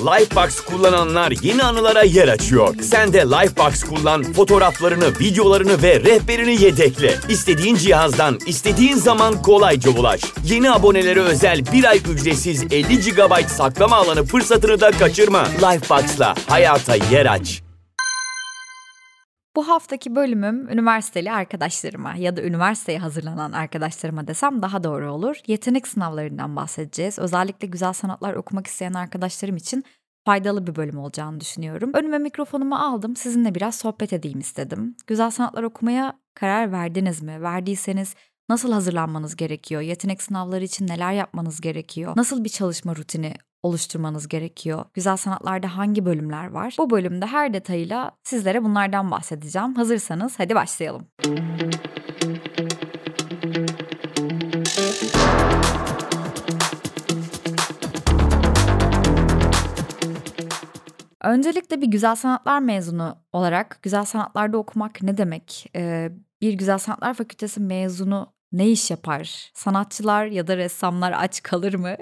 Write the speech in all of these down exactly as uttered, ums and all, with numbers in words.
Lifebox kullananlar yeni anılara yer açıyor. Sen de Lifebox kullan, fotoğraflarını, videolarını ve rehberini yedekle. İstediğin cihazdan, istediğin zaman kolayca ulaş. Yeni abonelere özel bir ay ücretsiz elli gigabayt saklama alanı fırsatını da kaçırma. Lifebox'la hayata yer aç. Bu haftaki bölümüm üniversiteli arkadaşlarıma ya da üniversiteye hazırlanan arkadaşlarıma desem daha doğru olur. Yetenek sınavlarından bahsedeceğiz. Özellikle güzel sanatlar okumak isteyen arkadaşlarım için faydalı bir bölüm olacağını düşünüyorum. Önüme mikrofonumu aldım, sizinle biraz sohbet edeyim istedim. Güzel sanatlar okumaya karar verdiniz mi? Verdiyseniz nasıl hazırlanmanız gerekiyor? Yetenek sınavları için neler yapmanız gerekiyor? Nasıl bir çalışma rutini oluşturmanız gerekiyor? Güzel sanatlarda hangi bölümler var? Bu bölümde her detayıyla sizlere bunlardan bahsedeceğim. Hazırsanız hadi başlayalım. Öncelikle bir güzel sanatlar mezunu olarak güzel sanatlarda okumak ne demek? Ee, bir güzel sanatlar fakültesi mezunu ne iş yapar? Sanatçılar ya da ressamlar aç kalır mı?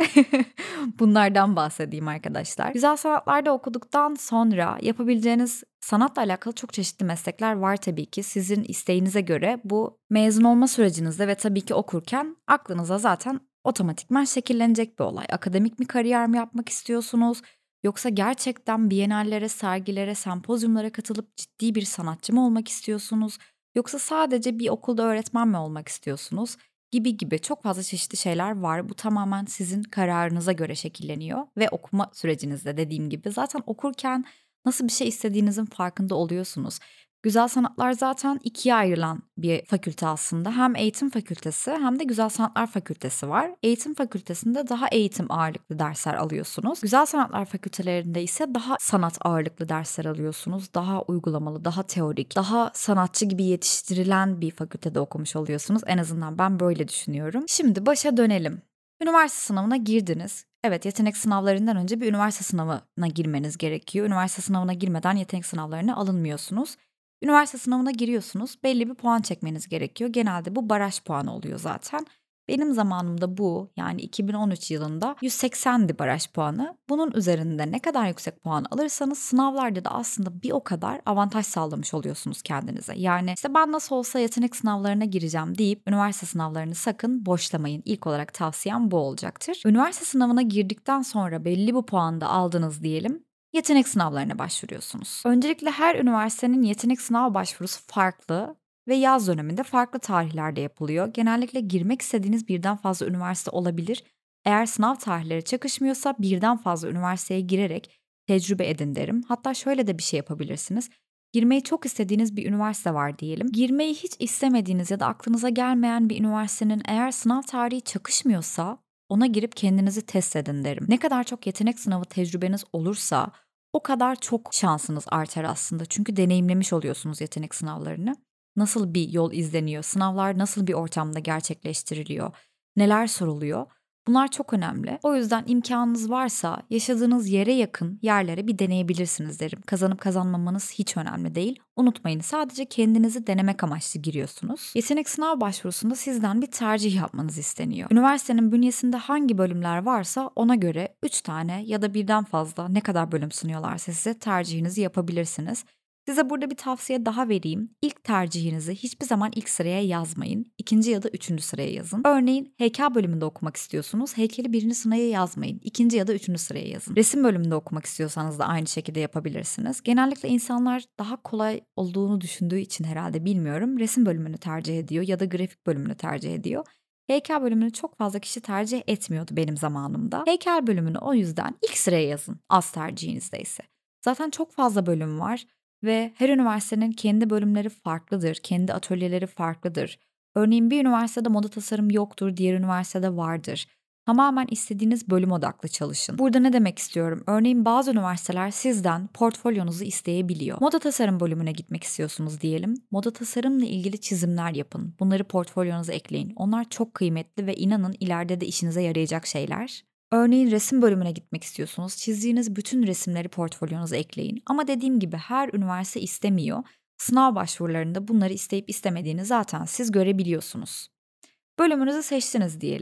Bunlardan bahsedeyim arkadaşlar. Güzel sanatlarda okuduktan sonra yapabileceğiniz sanatla alakalı çok çeşitli meslekler var tabii ki. Sizin isteğinize göre bu mezun olma sürecinizde ve tabii ki okurken aklınıza zaten otomatikman şekillenecek bir olay. Akademik bir kariyer mi yapmak istiyorsunuz? Yoksa gerçekten bienallere, sergilere, sempozyumlara katılıp ciddi bir sanatçı mı olmak istiyorsunuz? Yoksa sadece bir okulda öğretmen mi olmak istiyorsunuz? Gibi gibi çok fazla çeşitli şeyler var. Bu tamamen sizin kararınıza göre şekilleniyor ve okuma sürecinizde dediğim gibi. Zaten okurken nasıl bir şey istediğinizin farkında oluyorsunuz. Güzel sanatlar zaten ikiye ayrılan bir fakülte aslında. Hem eğitim fakültesi hem de güzel sanatlar fakültesi var. Eğitim fakültesinde daha eğitim ağırlıklı dersler alıyorsunuz. Güzel sanatlar fakültelerinde ise daha sanat ağırlıklı dersler alıyorsunuz. Daha uygulamalı, daha teorik, daha sanatçı gibi yetiştirilen bir fakültede okumuş oluyorsunuz. En azından ben böyle düşünüyorum. Şimdi başa dönelim. Üniversite sınavına girdiniz. Evet, yetenek sınavlarından önce bir üniversite sınavına girmeniz gerekiyor. Üniversite sınavına girmeden yetenek sınavlarına alınmıyorsunuz. Üniversite sınavına giriyorsunuz, belli bir puan çekmeniz gerekiyor. Genelde bu baraj puanı oluyor zaten. Benim zamanımda bu, yani iki bin on üç yılında yüz seksendi baraj puanı. Bunun üzerinde ne kadar yüksek puan alırsanız sınavlarda da aslında bir o kadar avantaj sağlamış oluyorsunuz kendinize. Yani işte ben nasıl olsa yetenek sınavlarına gireceğim deyip üniversite sınavlarını sakın boşlamayın. İlk olarak tavsiyem bu olacaktır. Üniversite sınavına girdikten sonra belli bir puanda aldınız diyelim. Yetenek sınavlarına başvuruyorsunuz. Öncelikle her üniversitenin yetenek sınav başvurusu farklı ve yaz döneminde farklı tarihlerde yapılıyor. Genellikle girmek istediğiniz birden fazla üniversite olabilir. Eğer sınav tarihleri çakışmıyorsa birden fazla üniversiteye girerek tecrübe edin derim. Hatta şöyle de bir şey yapabilirsiniz. Girmeyi çok istediğiniz bir üniversite var diyelim. Girmeyi hiç istemediğiniz ya da aklınıza gelmeyen bir üniversitenin eğer sınav tarihi çakışmıyorsa ona girip kendinizi test edin derim. Ne kadar çok yetenek sınavı tecrübeniz olursa o kadar çok şansınız artar aslında. Çünkü deneyimlemiş oluyorsunuz yetenek sınavlarını. Nasıl bir yol izleniyor, sınavlar nasıl bir ortamda gerçekleştiriliyor, neler soruluyor. Bunlar çok önemli. O yüzden imkanınız varsa yaşadığınız yere yakın yerlere bir deneyebilirsiniz derim. Kazanıp kazanmamanız hiç önemli değil. Unutmayın, sadece kendinizi denemek amaçlı giriyorsunuz. Yetenek sınav başvurusunda sizden bir tercih yapmanız isteniyor. Üniversitenin bünyesinde hangi bölümler varsa ona göre üç tane ya da birden fazla ne kadar bölüm sunuyorlarsa size tercihinizi yapabilirsiniz. Size burada bir tavsiye daha vereyim. İlk tercihinizi hiçbir zaman ilk sıraya yazmayın. İkinci ya da üçüncü sıraya yazın. Örneğin heykel bölümünde okumak istiyorsunuz. Heykeli birinci sıraya yazmayın. İkinci ya da üçüncü sıraya yazın. Resim bölümünde okumak istiyorsanız da aynı şekilde yapabilirsiniz. Genellikle insanlar daha kolay olduğunu düşündüğü için herhalde bilmiyorum. Resim bölümünü tercih ediyor ya da grafik bölümünü tercih ediyor. Heykel bölümünü çok fazla kişi tercih etmiyordu benim zamanımda. Heykel bölümünü o yüzden ilk sıraya yazın. Az tercihinizde ise. Zaten çok fazla bölüm var. Ve her üniversitenin kendi bölümleri farklıdır, kendi atölyeleri farklıdır. Örneğin bir üniversitede moda tasarım yoktur, diğer üniversitede vardır. Tamamen istediğiniz bölüm odaklı çalışın. Burada ne demek istiyorum? Örneğin bazı üniversiteler sizden portfolyonuzu isteyebiliyor. Moda tasarım bölümüne gitmek istiyorsunuz diyelim. Moda tasarımla ilgili çizimler yapın. Bunları portfolyonuza ekleyin. Onlar çok kıymetli ve inanın ileride de işinize yarayacak şeyler. Örneğin resim bölümüne gitmek istiyorsunuz. Çizdiğiniz bütün resimleri portfolyonuza ekleyin. Ama dediğim gibi her üniversite istemiyor. Sınav başvurularında bunları isteyip istemediğini zaten siz görebiliyorsunuz. Bölümünüzü seçtiniz diyelim.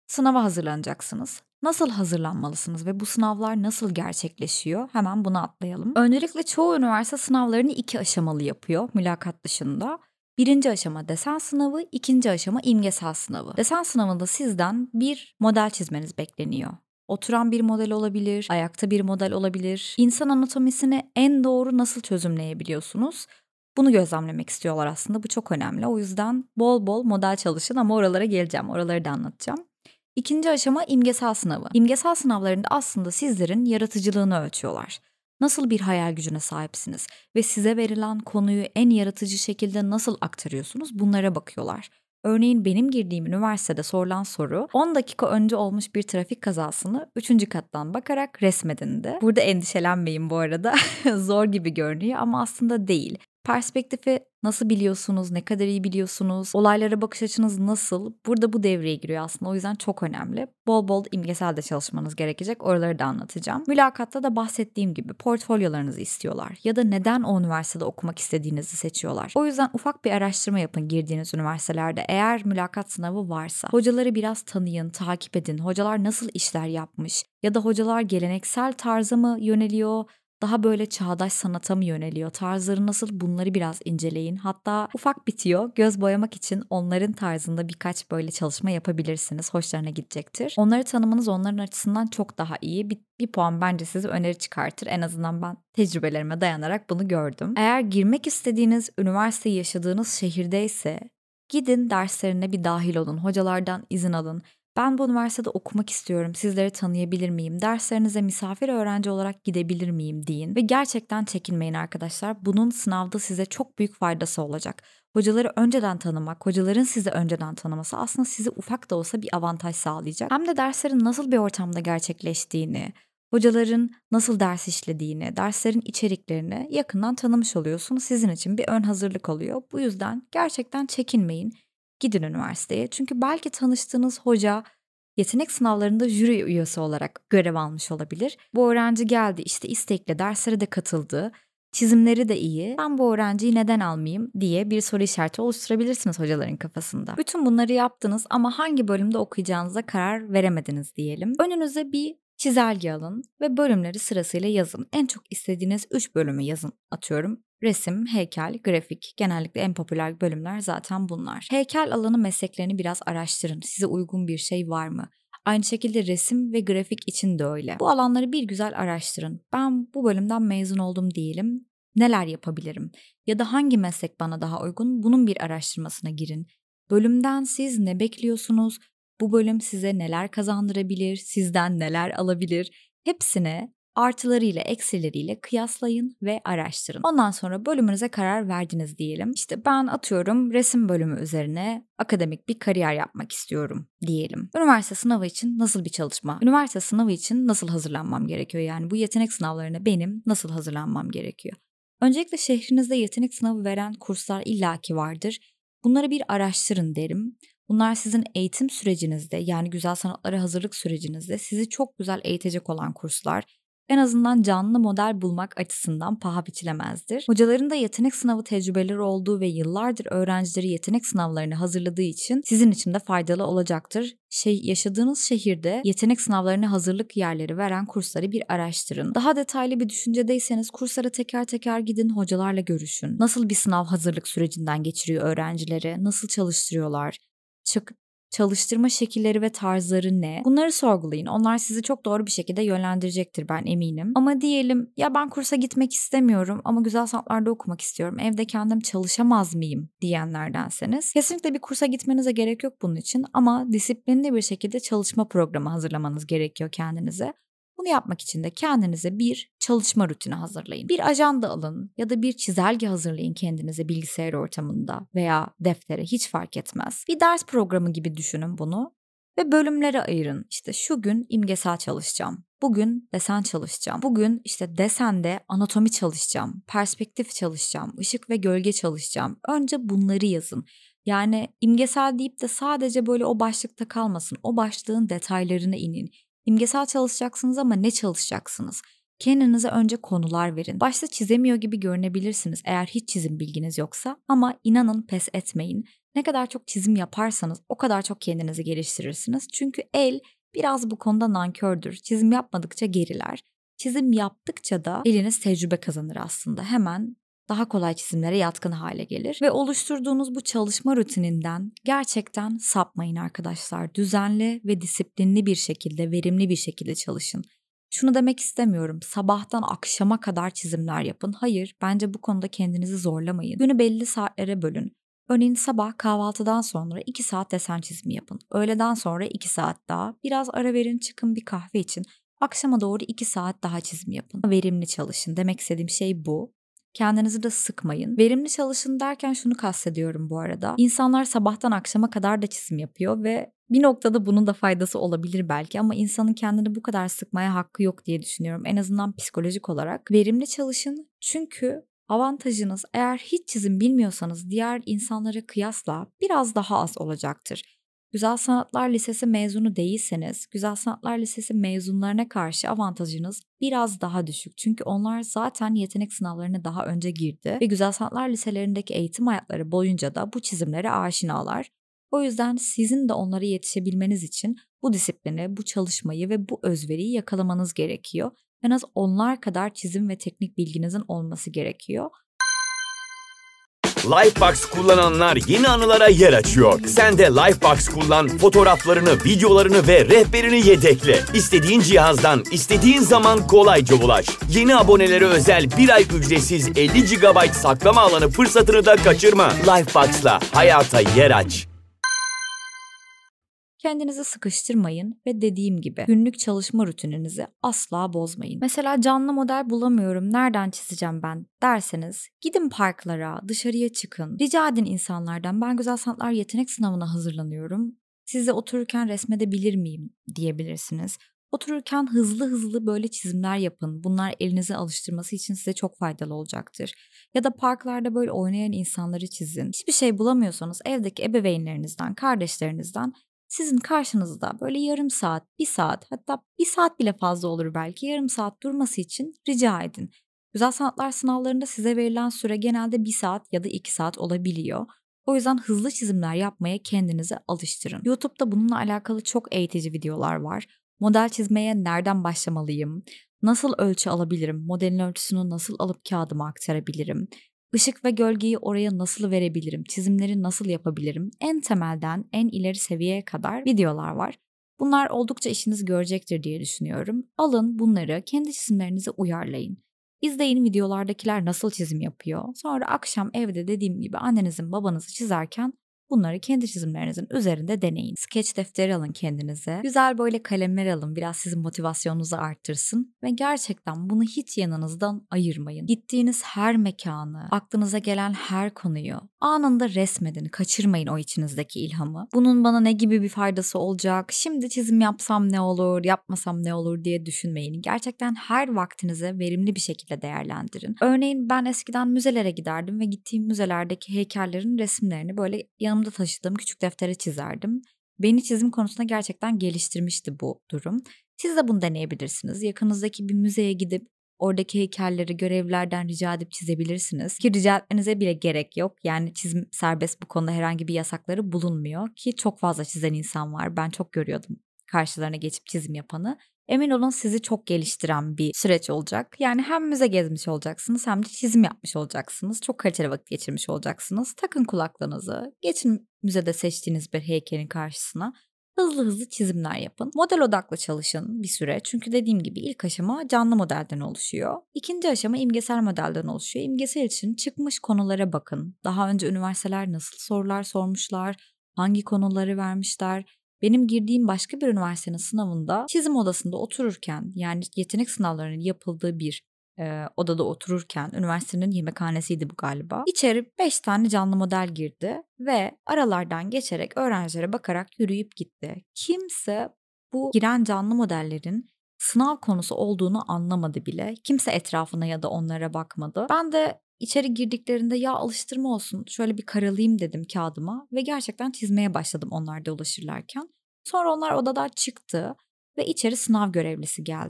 Sınava hazırlanacaksınız. Nasıl hazırlanmalısınız ve bu sınavlar nasıl gerçekleşiyor? Hemen bunu atlayalım. Öncelikle çoğu üniversite sınavlarını iki aşamalı yapıyor mülakat dışında. Birinci aşama desen sınavı, ikinci aşama imgesel sınavı. Desen sınavında sizden bir model çizmeniz bekleniyor. Oturan bir model olabilir, ayakta bir model olabilir. İnsan anatomisini en doğru nasıl çözümleyebiliyorsunuz? Bunu gözlemlemek istiyorlar aslında. Bu çok önemli. O yüzden bol bol model çalışın ama oralara geleceğim. Oraları da anlatacağım. İkinci aşama imgesel sınavı. İmgesel sınavlarında aslında sizlerin yaratıcılığını ölçüyorlar. Nasıl bir hayal gücüne sahipsiniz ve size verilen konuyu en yaratıcı şekilde nasıl aktarıyorsunuz, bunlara bakıyorlar. Örneğin benim girdiğim üniversitede sorulan soru on dakika önce olmuş bir trafik kazasını üçüncü kattan bakarak resmedindi. Burada endişelenmeyin bu arada. Zor gibi görünüyor ama aslında değil. Perspektifi nasıl biliyorsunuz, ne kadar iyi biliyorsunuz, olaylara bakış açınız nasıl? Burada bu devreye giriyor aslında. O yüzden çok önemli. Bol bol imgesel de çalışmanız gerekecek. Oraları da anlatacağım. Mülakatta da bahsettiğim gibi portfolyolarınızı istiyorlar. Ya da neden o üniversitede okumak istediğinizi seçiyorlar. O yüzden ufak bir araştırma yapın girdiğiniz üniversitelerde. Eğer mülakat sınavı varsa hocaları biraz tanıyın, takip edin. Hocalar nasıl işler yapmış? Ya da hocalar geleneksel tarza mı yöneliyor? Daha böyle çağdaş sanata mı yöneliyor? Tarzları nasıl? Bunları biraz inceleyin. Hatta ufak bitiyor. Göz boyamak için onların tarzında birkaç böyle çalışma yapabilirsiniz. Hoşlarına gidecektir. Onları tanımanız onların açısından çok daha iyi. Bir, bir puan bence size öneri çıkartır. En azından ben tecrübelerime dayanarak bunu gördüm. Eğer girmek istediğiniz üniversite yaşadığınız şehirdeyse gidin derslerine bir dahil olun. Hocalardan izin alın. Ben bu üniversitede okumak istiyorum, sizleri tanıyabilir miyim, derslerinize misafir öğrenci olarak gidebilir miyim deyin ve gerçekten çekinmeyin arkadaşlar. Bunun sınavda size çok büyük faydası olacak. Hocaları önceden tanımak, hocaların sizi önceden tanıması aslında size ufak da olsa bir avantaj sağlayacak. Hem de derslerin nasıl bir ortamda gerçekleştiğini, hocaların nasıl ders işlediğini, derslerin içeriklerini yakından tanımış oluyorsunuz. Sizin için bir ön hazırlık oluyor. Bu yüzden gerçekten çekinmeyin. Gidin üniversiteye. Çünkü belki tanıştığınız hoca yetenek sınavlarında jüri üyesi olarak görev almış olabilir. Bu öğrenci geldi, işte istekli, derslere de katıldı, çizimleri de iyi. Ben bu öğrenciyi neden almayayım diye bir soru işareti oluşturabilirsiniz hocaların kafasında. Bütün bunları yaptınız ama hangi bölümde okuyacağınıza karar veremediniz diyelim. Önünüze bir çizelge alın ve bölümleri sırasıyla yazın. En çok istediğiniz üç bölümü yazın, atıyorum. Resim, heykel, grafik. Genellikle en popüler bölümler zaten bunlar. Heykel alanı mesleklerini biraz araştırın. Size uygun bir şey var mı? Aynı şekilde resim ve grafik için de öyle. Bu alanları bir güzel araştırın. Ben bu bölümden mezun oldum diyelim. Neler yapabilirim? Ya da hangi meslek bana daha uygun? Bunun bir araştırmasına girin. Bölümden siz ne bekliyorsunuz? Bu bölüm size neler kazandırabilir? Sizden neler alabilir? Hepsine artılarıyla eksileriyle kıyaslayın ve araştırın. Ondan sonra bölümünüze karar verdiniz diyelim. İşte ben atıyorum resim bölümü üzerine akademik bir kariyer yapmak istiyorum diyelim. Üniversite sınavı için nasıl bir çalışma? Üniversite sınavı için nasıl hazırlanmam gerekiyor? Yani bu yetenek sınavlarına benim nasıl hazırlanmam gerekiyor? Öncelikle şehrinizde yetenek sınavı veren kurslar illaki vardır. Bunları bir araştırın derim. Bunlar sizin eğitim sürecinizde, yani güzel sanatlara hazırlık sürecinizde sizi çok güzel eğitecek olan kurslar. En azından canlı model bulmak açısından paha biçilemezdir. Hocaların da yetenek sınavı tecrübeleri olduğu ve yıllardır öğrencileri yetenek sınavlarını hazırladığı için sizin için de faydalı olacaktır. Şey, yaşadığınız şehirde yetenek sınavlarına hazırlık yerleri veren kursları bir araştırın. Daha detaylı bir düşüncedeyseniz kurslara teker teker gidin, hocalarla görüşün. Nasıl bir sınav hazırlık sürecinden geçiriyor öğrencileri, nasıl çalıştırıyorlar, Çık çalıştırma şekilleri ve tarzları ne? Bunları sorgulayın. Onlar sizi çok doğru bir şekilde yönlendirecektir, ben eminim. Ama diyelim ya ben kursa gitmek istemiyorum ama güzel sanatlarda okumak istiyorum. Evde kendim çalışamaz mıyım diyenlerdenseniz kesinlikle bir kursa gitmenize gerek yok bunun için ama disiplinli bir şekilde çalışma programı hazırlamanız gerekiyor kendinize. Bunu yapmak için de kendinize bir çalışma rutini hazırlayın. Bir ajanda alın ya da bir çizelge hazırlayın kendinize bilgisayar ortamında veya deftere, hiç fark etmez. Bir ders programı gibi düşünün bunu ve bölümlere ayırın. İşte şu gün imgesel çalışacağım. Bugün desen çalışacağım. Bugün işte desende anatomi çalışacağım. Perspektif çalışacağım. Işık ve gölge çalışacağım. Önce bunları yazın. Yani imgesel deyip de sadece böyle o başlıkta kalmasın. O başlığın detaylarına inin. İmgesel çalışacaksınız ama ne çalışacaksınız? Kendinize önce konular verin. Başta çizemiyor gibi görünebilirsiniz eğer hiç çizim bilginiz yoksa, ama inanın pes etmeyin. Ne kadar çok çizim yaparsanız o kadar çok kendinizi geliştirirsiniz. Çünkü el biraz bu konuda nankördür. Çizim yapmadıkça geriler. Çizim yaptıkça da eliniz tecrübe kazanır aslında. Hemen daha kolay çizimlere yatkın hale gelir. Ve oluşturduğunuz bu çalışma rutininden gerçekten sapmayın arkadaşlar. Düzenli ve disiplinli bir şekilde, verimli bir şekilde çalışın. Şunu demek istemiyorum, sabahtan akşama kadar çizimler yapın. Hayır, bence bu konuda kendinizi zorlamayın. Günü belli saatlere bölün. Örneğin sabah kahvaltıdan sonra iki saat desen çizimi yapın. Öğleden sonra iki saat daha. Biraz ara verin, çıkın bir kahve için. Akşama doğru iki saat daha çizim yapın. Verimli çalışın. Demek istediğim şey bu. Kendinizi de sıkmayın. Verimli çalışın derken şunu kastediyorum bu arada. İnsanlar sabahtan akşama kadar da çizim yapıyor ve bir noktada bunun da faydası olabilir belki, ama insanın kendini bu kadar sıkmaya hakkı yok diye düşünüyorum. En azından psikolojik olarak. Verimli çalışın çünkü avantajınız, eğer hiç çizim bilmiyorsanız diğer insanlara kıyasla biraz daha az olacaktır. Güzel Sanatlar Lisesi mezunu değilseniz, Güzel Sanatlar Lisesi mezunlarına karşı avantajınız biraz daha düşük. Çünkü onlar zaten yetenek sınavlarına daha önce girdi ve Güzel Sanatlar Liselerindeki eğitim hayatları boyunca da bu çizimlere aşinalar. O yüzden sizin de onlara yetişebilmeniz için bu disiplini, bu çalışmayı ve bu özveriyi yakalamanız gerekiyor. En az onlar kadar çizim ve teknik bilginizin olması gerekiyor. Lifebox kullananlar yeni anılara yer açıyor. Sen de Lifebox kullan, fotoğraflarını, videolarını ve rehberini yedekle. İstediğin cihazdan, istediğin zaman kolayca ulaş. Yeni abonelere özel bir ay ücretsiz elli gigabayt saklama alanı fırsatını da kaçırma. Lifebox'la hayata yer aç. Kendinizi sıkıştırmayın ve dediğim gibi günlük çalışma rutininizi asla bozmayın. Mesela canlı model bulamıyorum, nereden çizeceğim ben derseniz gidin parklara, dışarıya çıkın. Rica edin insanlardan, ben Güzel Sanatlar yetenek sınavına hazırlanıyorum. Size otururken resmedebilir miyim diyebilirsiniz. Otururken hızlı hızlı böyle çizimler yapın. Bunlar elinizi alıştırması için size çok faydalı olacaktır. Ya da parklarda böyle oynayan insanları çizin. Hiçbir şey bulamıyorsanız evdeki ebeveynlerinizden, kardeşlerinizden sizin karşınızda böyle yarım saat, bir saat, hatta bir saat bile fazla olur belki, yarım saat durması için rica edin. Güzel sanatlar sınavlarında size verilen süre genelde bir saat ya da iki saat olabiliyor. O yüzden hızlı çizimler yapmaya kendinizi alıştırın. YouTube'da bununla alakalı çok eğitici videolar var. Model çizmeye nereden başlamalıyım? Nasıl ölçü alabilirim? Modelin ölçüsünü nasıl alıp kağıdıma aktarabilirim? Işık ve gölgeyi oraya nasıl verebilirim? Çizimleri nasıl yapabilirim? En temelden en ileri seviyeye kadar videolar var. Bunlar oldukça işinizi görecektir diye düşünüyorum. Alın bunları kendi çizimlerinize uyarlayın. İzleyin videolardakiler nasıl çizim yapıyor. Sonra akşam evde dediğim gibi annenizin babanızı çizerken bunları kendi çizimlerinizin üzerinde deneyin. Sketch defteri alın kendinize. Güzel böyle kalemler alın. Biraz sizin motivasyonunuzu arttırsın. Ve gerçekten bunu hiç yanınızdan ayırmayın. Gittiğiniz her mekanı, aklınıza gelen her konuyu anında resmedin. Kaçırmayın o içinizdeki ilhamı. Bunun bana ne gibi bir faydası olacak? Şimdi çizim yapsam ne olur, yapmasam ne olur diye düşünmeyin. Gerçekten her vaktinizi verimli bir şekilde değerlendirin. Örneğin ben eskiden müzelere giderdim ve gittiğim müzelerdeki heykellerin resimlerini böyle yanımda taşıdığım küçük deftere çizerdim. Beni çizim konusunda gerçekten geliştirmişti bu durum. Siz de bunu deneyebilirsiniz. Yakınızdaki bir müzeye gidip oradaki heykelleri görevlilerden rica edip çizebilirsiniz. Ki rica etmenize bile gerek yok. Yani çizim serbest, bu konuda herhangi bir yasakları bulunmuyor. Ki çok fazla çizen insan var. Ben çok görüyordum karşılarına geçip çizim yapanı. Emin olun sizi çok geliştiren bir süreç olacak. Yani hem müze gezmiş olacaksınız hem de çizim yapmış olacaksınız. Çok kaliteli vakit geçirmiş olacaksınız. Takın kulaklığınızı, geçin müzede seçtiğiniz bir heykelin karşısına. Hızlı hızlı çizimler yapın. Model odaklı çalışın bir süre. Çünkü dediğim gibi ilk aşama canlı modelden oluşuyor. İkinci aşama imgesel modelden oluşuyor. İmgesel için çıkmış konulara bakın. Daha önce üniversiteler nasıl sorular sormuşlar, hangi konuları vermişler. Benim girdiğim başka bir üniversitenin sınavında çizim odasında otururken, yani yetenek sınavlarının yapıldığı bir e, odada otururken, üniversitenin yemekhanesiydi bu galiba. İçeri beş tane canlı model girdi ve aralardan geçerek öğrencilere bakarak yürüyüp gitti. Kimse bu giren canlı modellerin sınav konusu olduğunu anlamadı bile. Kimse etrafına ya da onlara bakmadı. Ben de İçeri girdiklerinde ya alıştırma olsun şöyle bir karalayayım dedim kağıdıma ve gerçekten çizmeye başladım onlar da ulaşırlarken. Sonra onlar odadan çıktı ve içeri sınav görevlisi geldi.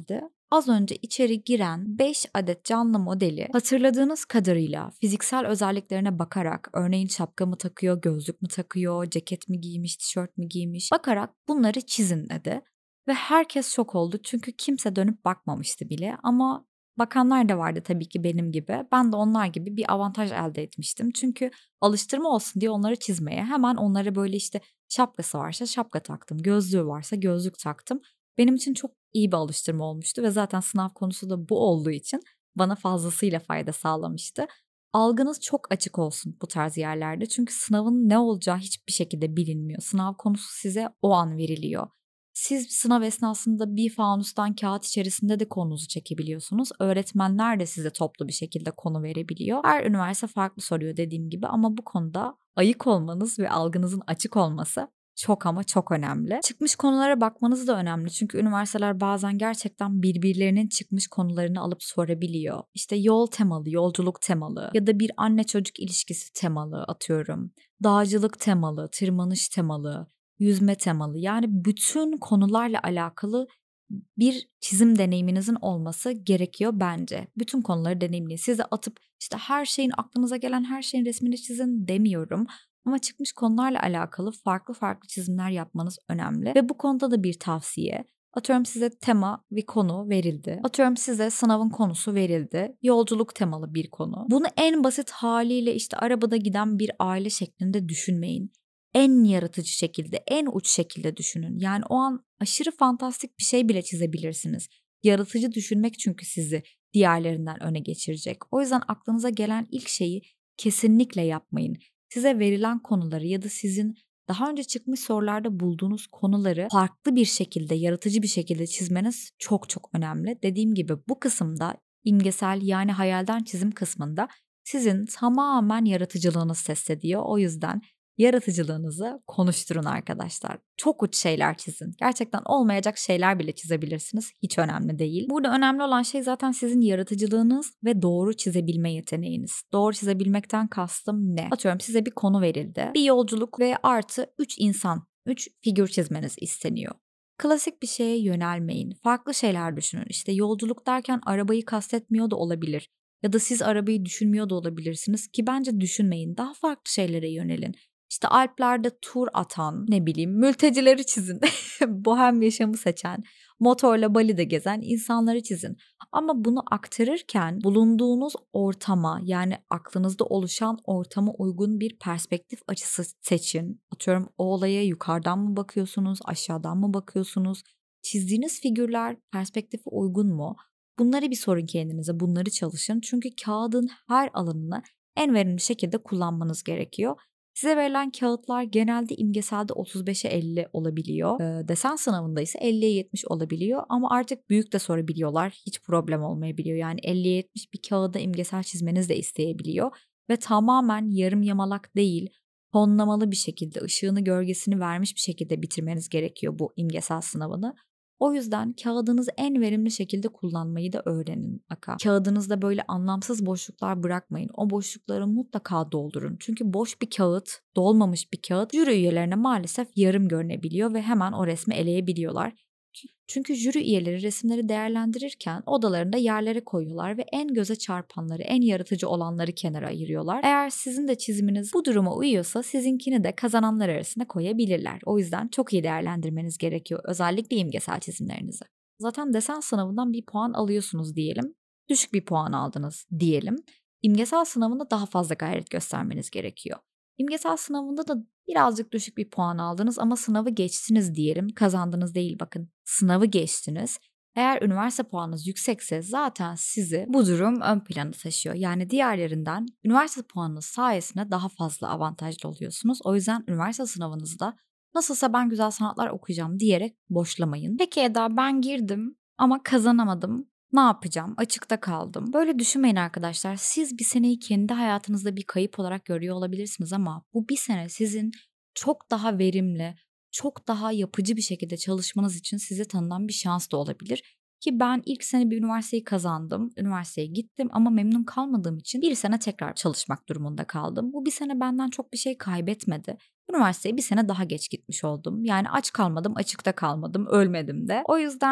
Az önce içeri giren beş adet canlı modeli hatırladığınız kadarıyla fiziksel özelliklerine bakarak, örneğin şapka mı takıyor, gözlük mü takıyor, ceket mi giymiş, tişört mü giymiş, bakarak bunları çizin dedi. Ve herkes şok oldu çünkü kimse dönüp bakmamıştı bile, ama bakanlar da vardı tabii ki benim gibi. Ben de onlar gibi bir avantaj elde etmiştim. Çünkü alıştırma olsun diye onları çizmeye hemen onlara böyle işte şapkası varsa şapka taktım, gözlüğü varsa gözlük taktım. Benim için çok iyi bir alıştırma olmuştu ve zaten sınav konusu da bu olduğu için bana fazlasıyla fayda sağlamıştı. Algınız çok açık olsun bu tarz yerlerde, çünkü sınavın ne olacağı hiçbir şekilde bilinmiyor. Sınav konusu size o an veriliyor. Siz sınav esnasında bir fanustan kağıt içerisinde de konunuzu çekebiliyorsunuz. Öğretmenler de size toplu bir şekilde konu verebiliyor. Her üniversite farklı soruyor dediğim gibi, ama bu konuda ayık olmanız ve algınızın açık olması çok ama çok önemli. Çıkmış konulara bakmanız da önemli. Çünkü üniversiteler bazen gerçekten birbirlerinin çıkmış konularını alıp sorabiliyor. İşte yol temalı, yolculuk temalı ya da bir anne çocuk ilişkisi temalı, atıyorum. Dağcılık temalı, tırmanış temalı, yüzme temalı. Yani bütün konularla alakalı bir çizim deneyiminizin olması gerekiyor bence. Bütün konuları deneyimleyin. Size atıp işte her şeyin, aklınıza gelen her şeyin resmini çizin demiyorum. Ama çıkmış konularla alakalı farklı farklı çizimler yapmanız önemli. Ve bu konuda da bir tavsiye. Atıyorum size tema bir konu verildi. Atıyorum size sınavın konusu verildi. Yolculuk temalı bir konu. Bunu en basit haliyle işte arabada giden bir aile şeklinde düşünmeyin. En yaratıcı şekilde, en uç şekilde düşünün. Yani o an aşırı fantastik bir şey bile çizebilirsiniz. Yaratıcı düşünmek çünkü sizi diğerlerinden öne geçirecek. O yüzden aklınıza gelen ilk şeyi kesinlikle yapmayın. Size verilen konuları ya da sizin daha önce çıkmış sorularda bulduğunuz konuları farklı bir şekilde, yaratıcı bir şekilde çizmeniz çok çok önemli. Dediğim gibi bu kısımda, imgesel yani hayalden çizim kısmında sizin tamamen yaratıcılığınız test ediyor. O yüzden yaratıcılığınızı konuşturun arkadaşlar. Çok uç şeyler çizin. Gerçekten olmayacak şeyler bile çizebilirsiniz. Hiç önemli değil. Burada önemli olan şey zaten sizin yaratıcılığınız ve doğru çizebilme yeteneğiniz. Doğru çizebilmekten kastım ne? Atıyorum size bir konu verildi. Bir yolculuk ve artı üç insan, üç figür çizmeniz isteniyor. Klasik bir şeye yönelmeyin. Farklı şeyler düşünün. İşte yolculuk derken arabayı kastetmiyor da olabilir. Ya da siz arabayı düşünmüyor da olabilirsiniz ki bence düşünmeyin. Daha farklı şeylere yönelin. İşte Alplerde tur atan, ne bileyim, mültecileri çizin. Bohem yaşamı seçen, motorla Bali'de gezen insanları çizin. Ama bunu aktarırken bulunduğunuz ortama, yani aklınızda oluşan ortama uygun bir perspektif açısı seçin. Atıyorum o olaya yukarıdan mı bakıyorsunuz, aşağıdan mı bakıyorsunuz? Çizdiğiniz figürler perspektife uygun mu? Bunları bir sorun kendinize, bunları çalışın. Çünkü kağıdın her alanını en verimli şekilde kullanmanız gerekiyor. Size verilen kağıtlar genelde imgeselde otuz beşe elli olabiliyor. E, desen sınavında ise elliye yetmiş olabiliyor. Ama artık büyük de sorabiliyorlar. Hiç problem olmayabiliyor. Yani elliye yetmiş bir kağıda imgesel çizmeniz de isteyebiliyor. Ve tamamen yarım yamalak değil, tonlamalı bir şekilde, ışığını gölgesini vermiş bir şekilde bitirmeniz gerekiyor bu imgesel sınavını. O yüzden kağıdınızı en verimli şekilde kullanmayı da öğrenin mutlaka. Kağıdınızda böyle anlamsız boşluklar bırakmayın. O boşlukları mutlaka doldurun. Çünkü boş bir kağıt, dolmamış bir kağıt jüri üyelerine maalesef yarım görünebiliyor ve hemen o resmi eleyebiliyorlar. Çünkü jüri üyeleri resimleri değerlendirirken odalarında yerlere koyuyorlar ve en göze çarpanları, en yaratıcı olanları kenara ayırıyorlar. Eğer sizin de çiziminiz bu duruma uyuyorsa sizinkini de kazananlar arasına koyabilirler. O yüzden çok iyi değerlendirmeniz gerekiyor, özellikle imgesel çizimlerinizi. Zaten desen sınavından bir puan alıyorsunuz diyelim. Düşük bir puan aldınız diyelim. İmgesel sınavında daha fazla gayret göstermeniz gerekiyor. İmgesel sınavında da birazcık düşük bir puan aldınız ama sınavı geçtiniz diyelim. Kazandınız değil, bakın. Sınavı geçtiniz. Eğer üniversite puanınız yüksekse zaten sizi bu durum ön plana taşıyor. Yani diğerlerinden üniversite puanınız sayesinde daha fazla avantajlı oluyorsunuz. O yüzden üniversite sınavınızda nasılsa ben güzel sanatlar okuyacağım diyerek boşlamayın. Peki Eda, ben girdim ama kazanamadım. Ne yapacağım? Açıkta kaldım. Böyle düşünmeyin arkadaşlar. Siz bir seneyi kendi hayatınızda bir kayıp olarak görüyor olabilirsiniz ama bu bir sene sizin çok daha verimli, çok daha yapıcı bir şekilde çalışmanız için size tanınan bir şans da olabilir. Ki ben ilk sene bir üniversiteyi kazandım. Üniversiteye gittim ama memnun kalmadığım için bir sene tekrar çalışmak durumunda kaldım. Bu bir sene benden çok bir şey kaybetmedi. Üniversiteye bir sene daha geç gitmiş oldum. Yani aç kalmadım, açıkta kalmadım, ölmedim de. O yüzden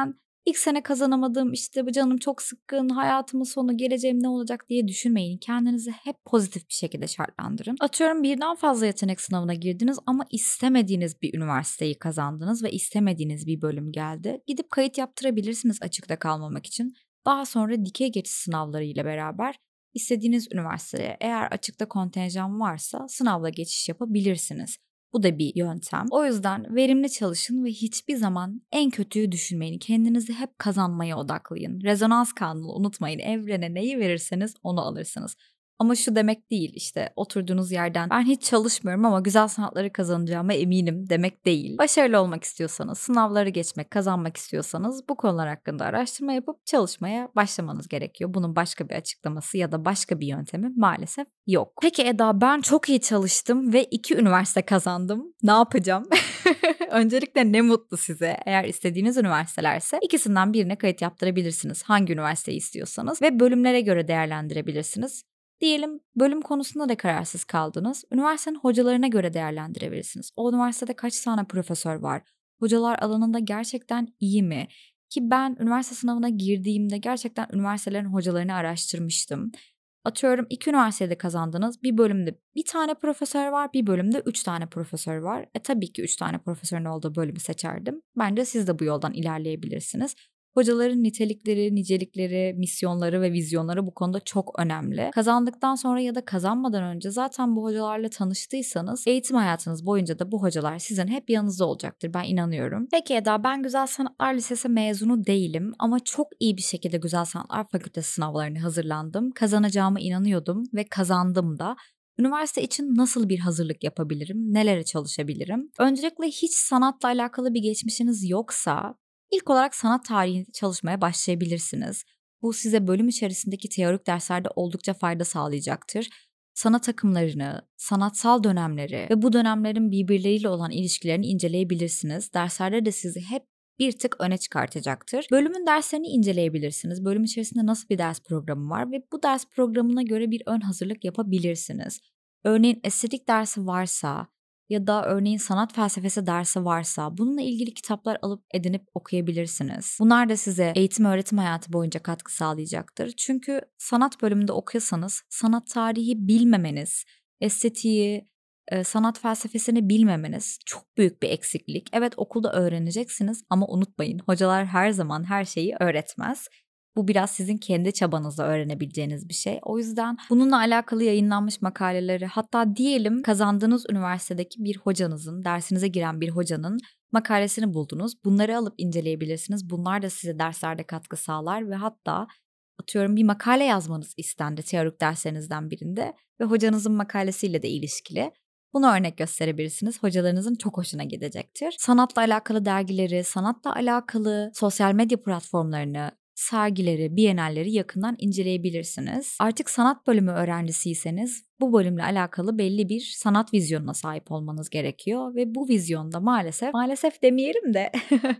İlk sene kazanamadım, işte bu canım çok sıkkın, hayatımın sonu, geleceğim ne olacak diye düşünmeyin. Kendinizi hep pozitif bir şekilde şartlandırın. Atıyorum birden fazla yetenek sınavına girdiniz ama istemediğiniz bir üniversiteyi kazandınız ve istemediğiniz bir bölüm geldi. Gidip kayıt yaptırabilirsiniz açıkta kalmamak için. Daha sonra dikey geçiş sınavları ile beraber istediğiniz üniversiteye, eğer açıkta kontenjan varsa, sınavla geçiş yapabilirsiniz. Bu da bir yöntem. O yüzden verimli çalışın ve hiçbir zaman en kötüyü düşünmeyin. Kendinizi hep kazanmaya odaklayın. Rezonans kanunu unutmayın. Evrene neyi verirseniz onu alırsınız. Ama şu demek değil, işte oturduğunuz yerden ben hiç çalışmıyorum ama güzel sanatları kazanacağıma eminim demek değil. Başarılı olmak istiyorsanız, sınavları geçmek, kazanmak istiyorsanız bu konular hakkında araştırma yapıp çalışmaya başlamanız gerekiyor. Bunun başka bir açıklaması ya da başka bir yöntemi maalesef yok. Peki Eda, ben çok iyi çalıştım ve iki üniversite kazandım. Ne yapacağım? Öncelikle ne mutlu size. Eğer istediğiniz üniversitelerse ikisinden birine kayıt yaptırabilirsiniz. Hangi üniversiteyi istiyorsanız ve bölümlere göre değerlendirebilirsiniz. Diyelim bölüm konusunda da kararsız kaldınız. Üniversitenin hocalarına göre değerlendirebilirsiniz. O üniversitede kaç tane profesör var? Hocalar alanında gerçekten iyi mi? Ki ben üniversite sınavına girdiğimde gerçekten üniversitelerin hocalarını araştırmıştım. Atıyorum iki üniversitede kazandınız. Bir bölümde bir tane profesör var, bir bölümde üç tane profesör var. E tabii ki üç tane profesörün olduğu bölümü seçerdim. Bence siz de bu yoldan ilerleyebilirsiniz. Hocaların nitelikleri, nicelikleri, misyonları ve vizyonları bu konuda çok önemli. Kazandıktan sonra ya da kazanmadan önce zaten bu hocalarla tanıştıysanız eğitim hayatınız boyunca da bu hocalar sizin hep yanınızda olacaktır. Ben inanıyorum. Peki Eda, ben Güzel Sanatlar Lisesi mezunu değilim ama çok iyi bir şekilde Güzel Sanatlar Fakültesi sınavlarını hazırlandım. Kazanacağıma inanıyordum ve kazandım da. Üniversite için nasıl bir hazırlık yapabilirim? Nelere çalışabilirim? Öncelikle hiç sanatla alakalı bir geçmişiniz yoksa İlk olarak sanat tarihi çalışmaya başlayabilirsiniz. Bu size bölüm içerisindeki teorik derslerde oldukça fayda sağlayacaktır. Sanat akımlarını, sanatsal dönemleri ve bu dönemlerin birbirleriyle olan ilişkilerini inceleyebilirsiniz. Derslerde de sizi hep bir tık öne çıkartacaktır. Bölümün derslerini inceleyebilirsiniz. Bölüm içerisinde nasıl bir ders programı var ve bu ders programına göre bir ön hazırlık yapabilirsiniz. Örneğin estetik dersi varsa ya da örneğin sanat felsefesi dersi varsa bununla ilgili kitaplar alıp edinip okuyabilirsiniz. Bunlar da size eğitim öğretim hayatı boyunca katkı sağlayacaktır. Çünkü sanat bölümünde okuyorsanız sanat tarihi bilmemeniz, estetiği, e, sanat felsefesini bilmemeniz çok büyük bir eksiklik. Evet, okulda öğreneceksiniz ama unutmayın, hocalar her zaman her şeyi öğretmez. Bu biraz sizin kendi çabanızla öğrenebileceğiniz bir şey. O yüzden bununla alakalı yayınlanmış makaleleri, hatta diyelim kazandığınız üniversitedeki bir hocanızın, dersinize giren bir hocanın makalesini buldunuz. Bunları alıp inceleyebilirsiniz. Bunlar da size derslerde katkı sağlar ve hatta atıyorum bir makale yazmanız istendi teorik derslerinizden birinde ve hocanızın makalesiyle de ilişkili. Bunu örnek gösterebilirsiniz. Hocalarınızın çok hoşuna gidecektir. Sanatla alakalı dergileri, sanatla alakalı sosyal medya platformlarını, sergileri, bienalleri yakından inceleyebilirsiniz. Artık sanat bölümü öğrencisiyseniz bu bölümle alakalı belli bir sanat vizyonuna sahip olmanız gerekiyor ve bu vizyonda maalesef, maalesef demeyelim de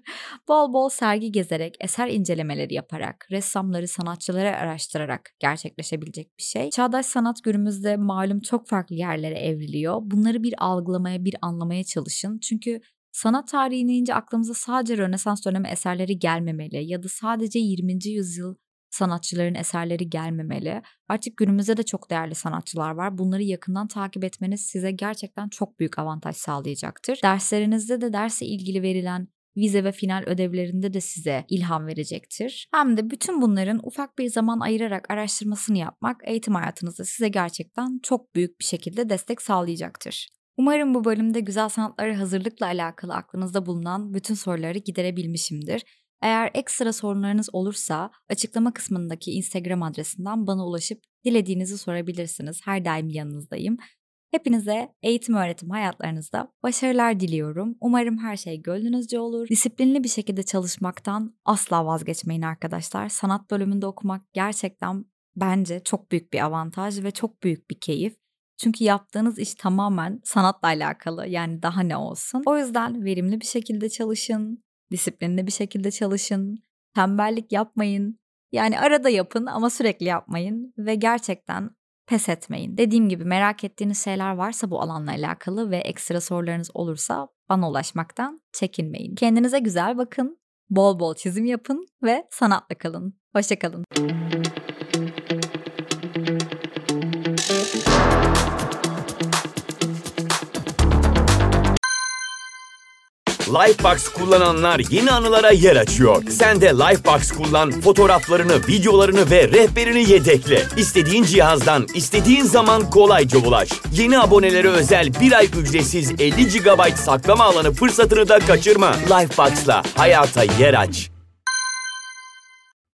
bol bol sergi gezerek, eser incelemeleri yaparak, ressamları, sanatçıları araştırarak gerçekleşebilecek bir şey. Çağdaş sanat günümüzde malum çok farklı yerlere evriliyor. Bunları bir algılamaya, bir anlamaya çalışın. Çünkü sanat tarihi deyince aklımıza sadece Rönesans dönemi eserleri gelmemeli ya da sadece yirminci yüzyıl sanatçıların eserleri gelmemeli. Artık günümüzde de çok değerli sanatçılar var. Bunları yakından takip etmeniz size gerçekten çok büyük avantaj sağlayacaktır. Derslerinizde de derse ilgili verilen vize ve final ödevlerinde de size ilham verecektir. Hem de bütün bunların ufak bir zaman ayırarak araştırmasını yapmak eğitim hayatınızda size gerçekten çok büyük bir şekilde destek sağlayacaktır. Umarım bu bölümde güzel sanatlara hazırlıkla alakalı aklınızda bulunan bütün soruları giderebilmişimdir. Eğer ekstra sorunlarınız olursa açıklama kısmındaki Instagram adresinden bana ulaşıp dilediğinizi sorabilirsiniz. Her daim yanınızdayım. Hepinize eğitim öğretim hayatlarınızda başarılar diliyorum. Umarım her şey gönlünüzce olur. Disiplinli bir şekilde çalışmaktan asla vazgeçmeyin arkadaşlar. Sanat bölümünde okumak gerçekten bence çok büyük bir avantaj ve çok büyük bir keyif. Çünkü yaptığınız iş tamamen sanatla alakalı, yani daha ne olsun. O yüzden verimli bir şekilde çalışın, disiplinli bir şekilde çalışın, tembellik yapmayın. Yani arada yapın ama sürekli yapmayın ve gerçekten pes etmeyin. Dediğim gibi merak ettiğiniz şeyler varsa bu alanla alakalı ve ekstra sorularınız olursa bana ulaşmaktan çekinmeyin. Kendinize güzel bakın. Bol bol çizim yapın ve sanatla kalın. Hoşça kalın. Lifebox kullananlar yeni anılara yer açıyor. Sen de Lifebox kullan, fotoğraflarını, videolarını ve rehberini yedekle. İstediğin cihazdan, istediğin zaman kolayca ulaş. Yeni abonelere özel bir ay ücretsiz elli gigabayt saklama alanı fırsatını da kaçırma. Lifebox'la hayata yer aç.